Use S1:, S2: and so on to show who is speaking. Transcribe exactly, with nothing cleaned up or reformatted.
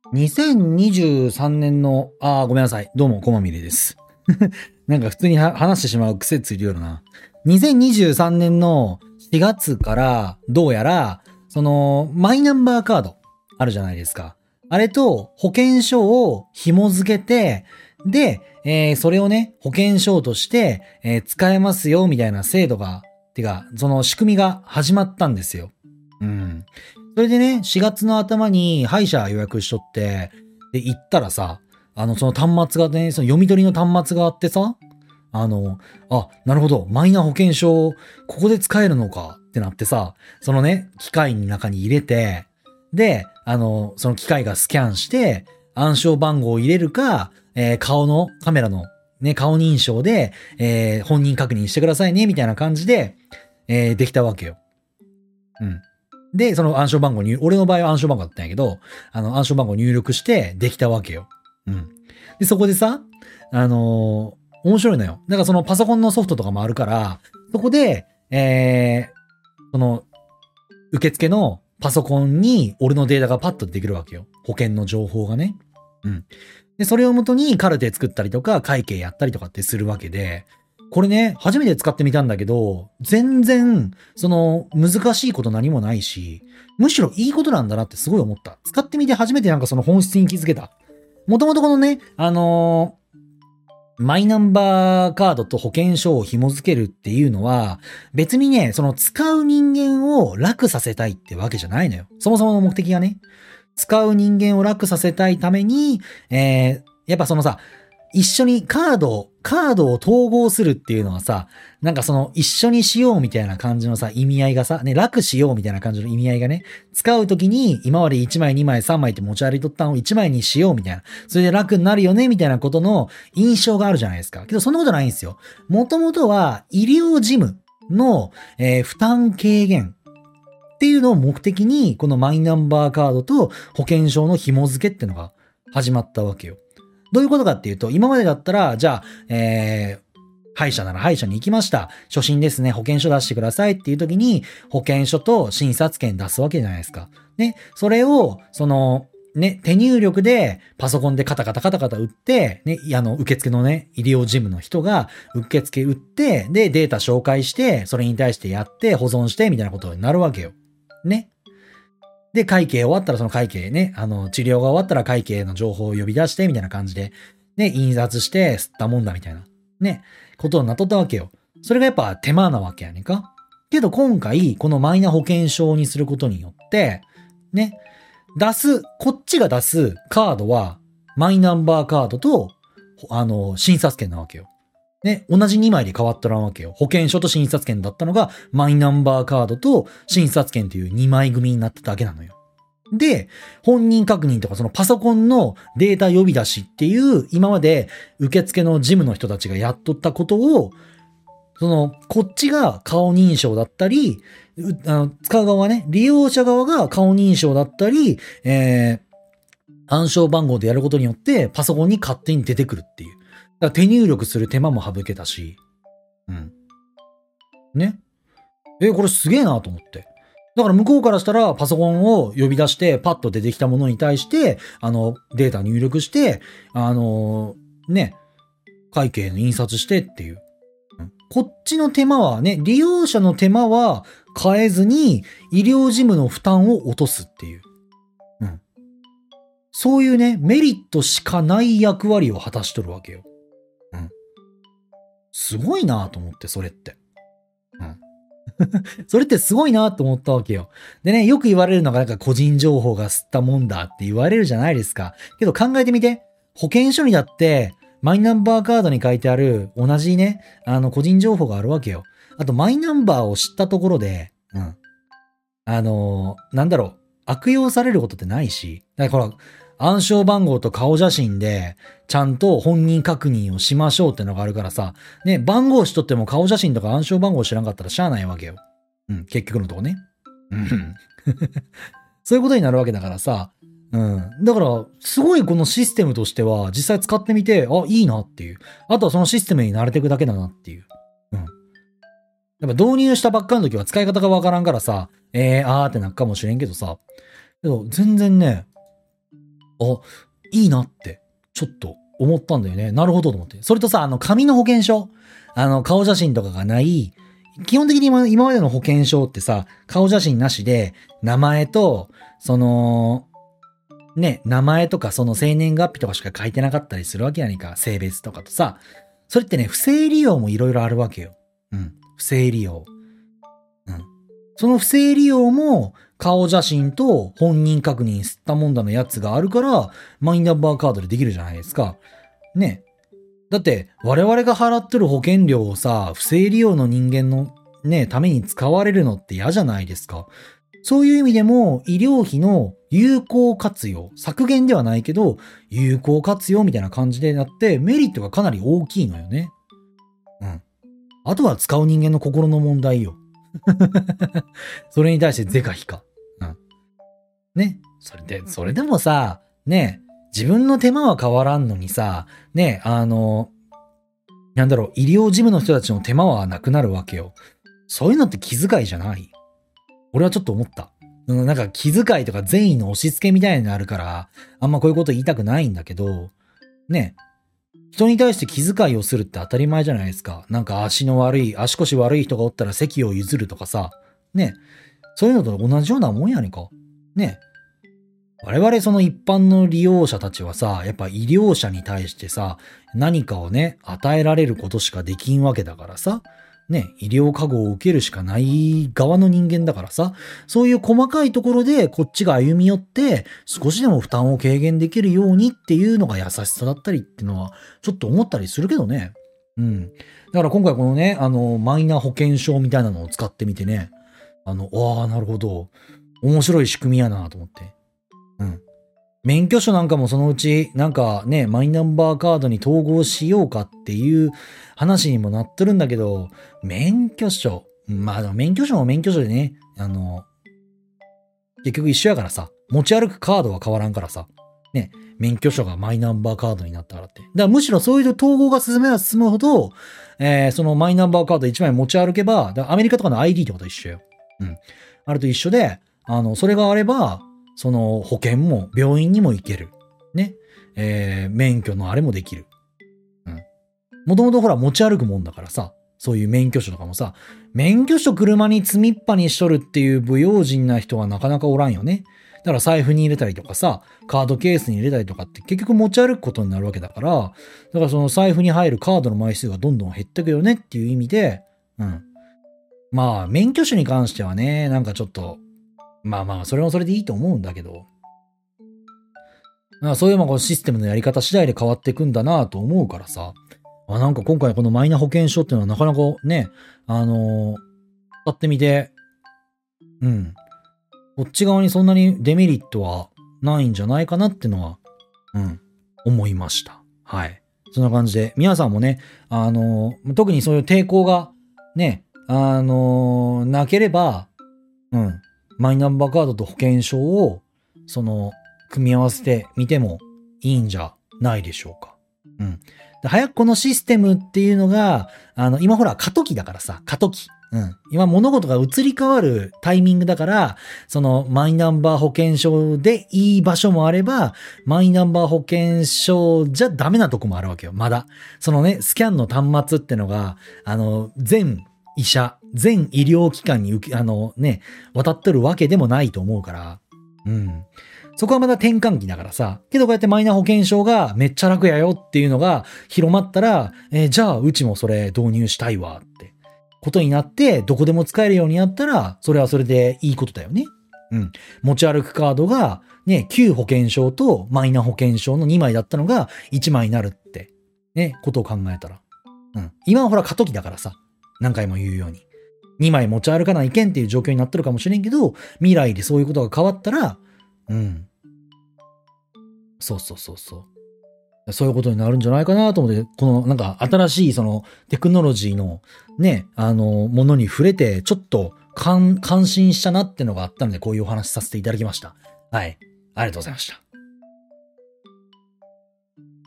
S1: にせんにじゅうさんねんの、あーごめんなさい。どうも、こまみれです。なんか普通に話してしまう癖ついてるような。にせんにじゅうさんねんのしがつからどうやら、その、マイナンバーカードあるじゃないですか。あれと保険証を紐付けて、で、えーそれをね、保険証として、えー使えますよ、みたいな制度が、てか、その仕組みが始まったんですよ。うん。それでね、しがつの頭に歯医者予約しとって、で、行ったらさ、あの、その端末がね、その読み取りの端末があってさ、あの、あ、なるほど、マイナ保険証、ここで使えるのかってなってさ、そのね、機械の中に入れて、で、あの、その機械がスキャンして、暗証番号を入れるか、えー顔の、カメラの、ね、顔認証で、えー本人確認してくださいね、みたいな感じで、えーできたわけよ。うん。で、その暗証番号に、俺の場合は暗証番号だったんやけど、あの、暗証番号入力してできたわけよ。うん。で、そこでさ、あのー面白いのよ。だからそのパソコンのソフトとかもあるから、そこで、えー、その、受付のパソコンに俺のデータがパッとできるわけよ。保険の情報がね。うん。で、それをもとにカルテ作ったりとか、会計やったりとかってするわけで、これね、初めて使ってみたんだけど、全然、その、難しいこと何もないし、むしろいいことなんだなってすごい思った。使ってみて初めてなんかその本質に気づけた。もともとこのね、あのーマイナンバーカードと保険証を紐付けるっていうのは、別にね、その使う人間を楽させたいってわけじゃないのよ。そもそもの目的がね。使う人間を楽させたいために、えー、やっぱそのさ、一緒にカード、カードを統合するっていうのはさ、なんかその一緒にしようみたいな感じのさ、意味合いがさ、ね、楽しようみたいな感じの意味合いがね、使うときに今までいちまいにまいさんまいって持ち歩いとったのをいちまいにしようみたいな、それで楽になるよねみたいなことの印象があるじゃないですか。けどそんなことないんですよ。もともとは医療事務の、えー負担軽減っていうのを目的に、このマイナンバーカードと保険証の紐付けっていうのが始まったわけよ。どういうことかっていうと、今までだったら、じゃあ、えー、歯医者なら歯医者に行きました。初診ですね。保険証出してくださいっていう時に、保険証と診察券出すわけじゃないですか。ね。それを、その、ね、手入力でパソコンでカタカタカタカタ打って、ね、あの、受付のね、医療事務の人が受付打って、で、データ紹介して、それに対してやって、保存して、みたいなことになるわけよ。ね。で、会計終わったらその会計ね、あの、治療が終わったら会計の情報を呼び出して、みたいな感じで、ね、印刷して、吸ったもんだ、みたいな、ね、ことになっとったわけよ。それがやっぱ手間なわけやねんか。けど今回、このマイナ保険証にすることによって、ね、出す、こっちが出すカードは、マイナンバーカードと、あの、診察券なわけよ。ね、同じにまいで変わったらんわけよ。保険証と診察券だったのが、マイナンバーカードと診察券というにまい組になっただけなのよ。で、本人確認とかそのパソコンのデータ呼び出しっていう、今まで受付の事務の人たちがやっとったことを、その、こっちが顔認証だったり、うあの使う側はね、利用者側が顔認証だったり、えー、暗証番号でやることによってパソコンに勝手に出てくるっていう。だから手入力する手間も省けたし、うん。ね。え、これすげえなと思って。だから向こうからしたらパソコンを呼び出してパッと出てきたものに対して、あの、データ入力して、あの、ね、会計の印刷してっていう。うんこっちの手間はね、利用者の手間は変えずに医療事務の負担を落とすっていう。うん。そういうね、メリットしかない役割を果たしとるわけよ。うん。すごいなと思って、それって。うん。それってすごいなと思ったわけよ。でね、よく言われるのがなんか個人情報が吸ったもんだって言われるじゃないですか。けど考えてみて。保険証にだってマイナンバーカードに書いてある同じね、あの個人情報があるわけよ。あとマイナンバーを知ったところで、うん。あのーなんだろう。悪用されることってないし。だからほら、暗証番号と顔写真で、ちゃんと本人確認をしましょうってのがあるからさ、ね、番号しとっても顔写真とか暗証番号知らんかったらしゃあないわけよ。うん、結局のとこね。うん。そういうことになるわけだからさ、うん。だから、すごいこのシステムとしては、実際使ってみて、あ、いいなっていう。あとはそのシステムに慣れていくだけだなっていう。うん。やっぱ導入したばっかの時は使い方がわからんからさ、えー、あーってなるかもしれんけどさ、けど全然ね、 あ、いいなって、ちょっと思ったんだよね。なるほどと思って。それとさ、あの、紙の保険証、あの、顔写真とかがない、基本的に今今までの保険証ってさ、顔写真なしで、名前と、その、ね、名前とかその生年月日とかしか書いてなかったりするわけやねんか。性別とかとさ。それってね、不正利用もいろいろあるわけよ。うん。不正利用。うん。その不正利用も、顔写真と本人確認吸ったもんだのやつがあるから、マイナンバーカードでできるじゃないですか。ね。だって、我々が払ってる保険料をさ、不正利用の人間のね、ために使われるのって嫌じゃないですか。そういう意味でも、医療費の有効活用、削減ではないけど、有効活用みたいな感じでなって、メリットがかなり大きいのよね。うん。あとは使う人間の心の問題よ。それに対して是か非か。うん。ね。それで、それでもさ、ね、自分の手間は変わらんのにさ、ね、あの、なんだろう、医療事務の人たちの手間はなくなるわけよ。そういうのって気遣いじゃない？俺はちょっと思った。うん、なんか気遣いとか善意の押し付けみたいになるから、あんまこういうこと言いたくないんだけど、ね、人に対して気遣いをするって当たり前じゃないですか。なんか足の悪い、足腰悪い人がおったら席を譲るとかさ、ね、そういうのと同じようなもんやねんか。ね。我々その一般の利用者たちはさ、やっぱ医療者に対してさ、何かをね、与えられることしかできんわけだからさ、ね、医療過護を受けるしかない側の人間だからさ、そういう細かいところでこっちが歩み寄って、少しでも負担を軽減できるようにっていうのが優しさだったりっていうのは、ちょっと思ったりするけどね。うん。だから今回このね、あの、マイナ保険証みたいなのを使ってみてね、あの、ああ、なるほど。面白い仕組みやなと思って。うん。免許証なんかもそのうち、なんかね、マイナンバーカードに統合しようかっていう話にもなってるんだけど、免許証。まあでも免許証も免許証でね、あの、結局一緒やからさ、持ち歩くカードは変わらんからさ、ね、免許証がマイナンバーカードになったからって。だからむしろそういう統合が進めば進むほど、えー、そのマイナンバーカードいちまい持ち歩けば、だからアメリカとかの アイディー とかと一緒よ。うん。あれと一緒で、あの、それがあれば、その保険も病院にも行ける。ね。えー、免許のあれもできる。うん。もともとほら持ち歩くもんだからさ、そういう免許証とかもさ、免許証車に積みっぱにしとるっていう不用心な人はなかなかおらんよね。だから財布に入れたりとかさ、カードケースに入れたりとかって結局持ち歩くことになるわけだから、だからその財布に入るカードの枚数がどんどん減ってくよねっていう意味で、うん。まあ、免許証に関してはね、なんかちょっと、まあまあ、それもそれでいいと思うんだけど、まあそういうこのシステムのやり方次第で変わっていくんだなと思うからさ、あなんか今回このマイナ保険証っていうのはなかなかね、あのー、使ってみて、うん、こっち側にそんなにデメリットはないんじゃないかなっていうのは、うん、思いました。はい。そんな感じで、皆さんもね、あのー、特にそういう抵抗がね、あのー、なければ、うん、マイナンバーカードと保険証を、その、組み合わせてみてもいいんじゃないでしょうか。うん。で早くこのシステムっていうのが、あの、今ほら過渡期だからさ、過渡期。うん。今物事が移り変わるタイミングだから、そのマイナンバー保険証でいい場所もあれば、マイナンバー保険証じゃダメなとこもあるわけよ。まだ。そのね、スキャンの端末ってのが、あの、全医者、全医療機関に受け、あのね、渡ってるわけでもないと思うから、うん。そこはまだ転換期だからさ。けどこうやってマイナ保険証がめっちゃ楽やよっていうのが広まったら、えー、じゃあうちもそれ導入したいわってことになって、どこでも使えるようになったら、それはそれでいいことだよね。うん。持ち歩くカードが、ね、旧保険証とマイナ保険証のにまいだったのがいちまいになるって、ね、ことを考えたら。うん。今はほら過渡期だからさ。何回も言うように。にまい持ち歩かないけんっていう状況になってるかもしれんけど、未来でそういうことが変わったら、うん。そうそうそうそう。そういうことになるんじゃないかなと思って、このなんか新しいそのテクノロジーのね、あの、ものに触れて、ちょっと感、感心したなってのがあったので、こういうお話しさせていただきました。はい。ありがとうございました。